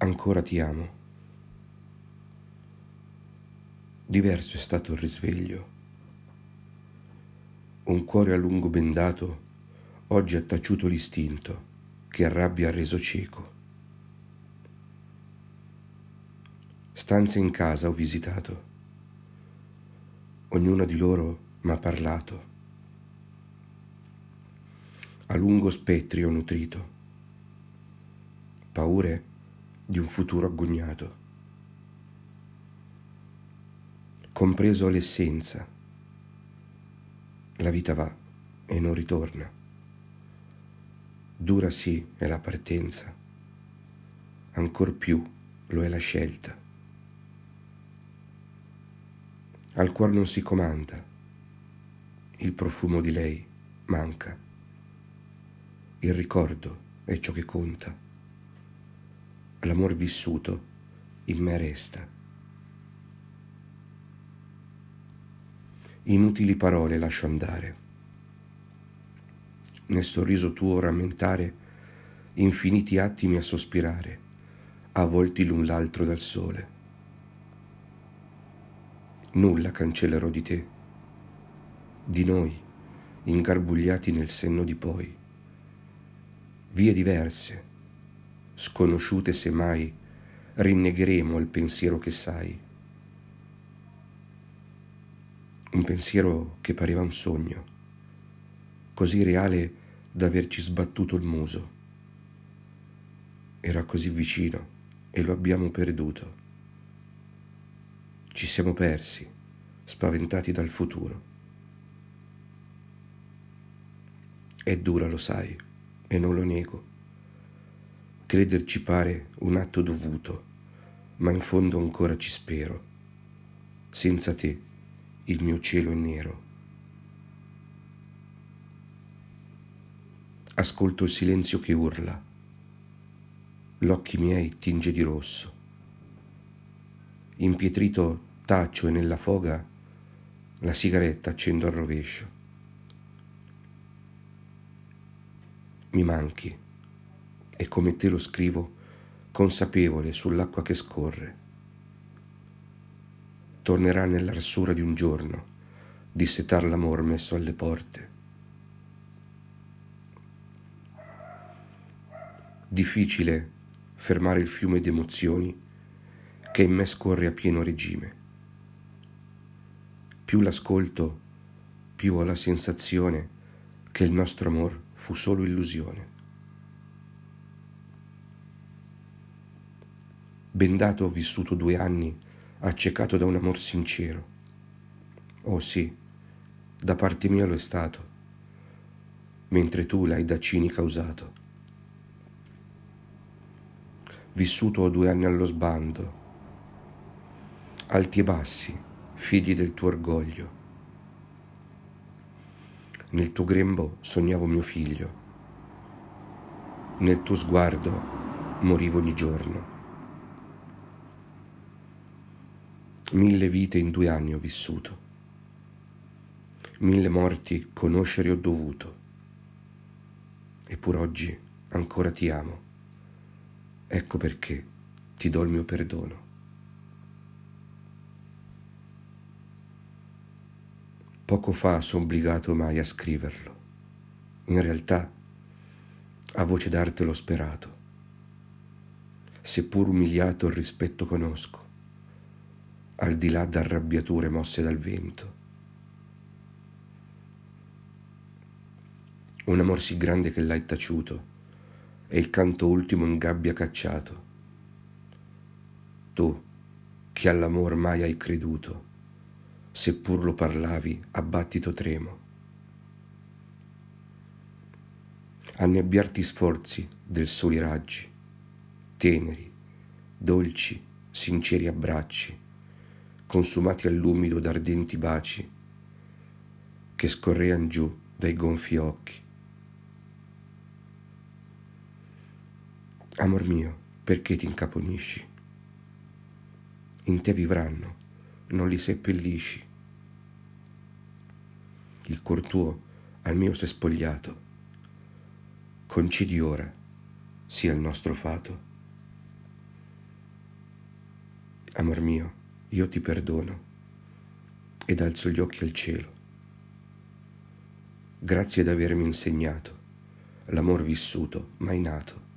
Ancora ti amo. Diverso è stato il risveglio. Un cuore a lungo bendato oggi ha taciuto l'istinto che a rabbia ha reso cieco. Stanze in casa ho visitato. Ognuna di loro m'ha parlato. A lungo spettri ho nutrito. Paure di un futuro agognato. Compreso l'essenza. La vita va e non ritorna. Dura sì è la partenza, ancor più lo è la scelta. Al cuor non si comanda, il profumo di lei manca. Il ricordo è ciò che conta. L'amor vissuto in me resta. Inutili parole lascio andare. Nel sorriso tuo rammentare infiniti attimi a sospirare, avvolti l'un l'altro dal sole. Nulla cancellerò di te, di noi, ingarbugliati nel senno di poi. Vie diverse, sconosciute se mai, rinnegheremo il pensiero che sai. Un pensiero che pareva un sogno, così reale da averci sbattuto il muso. Era così vicino e lo abbiamo perduto. Ci siamo persi, spaventati dal futuro. È dura, lo sai, e non lo nego. Crederci pare un atto dovuto, ma in fondo ancora ci spero. Senza te il mio cielo è nero. Ascolto il silenzio che urla. L'occhi miei tinge di rosso. Impietrito taccio e nella foga la sigaretta accendo al rovescio. Mi manchi e come te lo scrivo consapevole sull'acqua che scorre. Tornerà nell'arsura di un giorno dissetar l'amor messo alle porte. Difficile fermare il fiume d'emozioni che in me scorre a pieno regime. Più l'ascolto, più ho la sensazione che il nostro amor fu solo illusione. Bendato ho vissuto 2 anni, accecato da un amor sincero. Oh sì, da parte mia lo è stato, mentre tu l'hai da cinica usato. Vissuto ho 2 anni allo sbando, alti e bassi, figli del tuo orgoglio. Nel tuo grembo sognavo mio figlio, nel tuo sguardo morivo ogni giorno. 1000 vite in 2 anni ho vissuto, 1000 morti conoscere ho dovuto, eppur oggi ancora ti amo. Ecco perché ti do il mio perdono. Poco fa sono obbligato mai a scriverlo. In realtà, a voce d'arte l'ho sperato. Seppur umiliato il rispetto conosco, al di là d'arrabbiature mosse dal vento. Un amor sì grande che l'hai taciuto, e il canto ultimo in gabbia cacciato. Tu, che all'amor mai hai creduto, seppur lo parlavi a battito tremo. Annebbiarti sforzi del soli raggi, teneri, dolci, sinceri abbracci, consumati all'umido d'ardenti baci, che scorrean giù dai gonfi occhi. Amor mio, perché ti incaponisci? In te vivranno, non li seppellisci. Il cuor tuo al mio s'è spogliato. Concedi ora sia il nostro fato. Amor mio, io ti perdono ed alzo gli occhi al cielo. Grazie d'avermi insegnato l'amor vissuto, mai nato.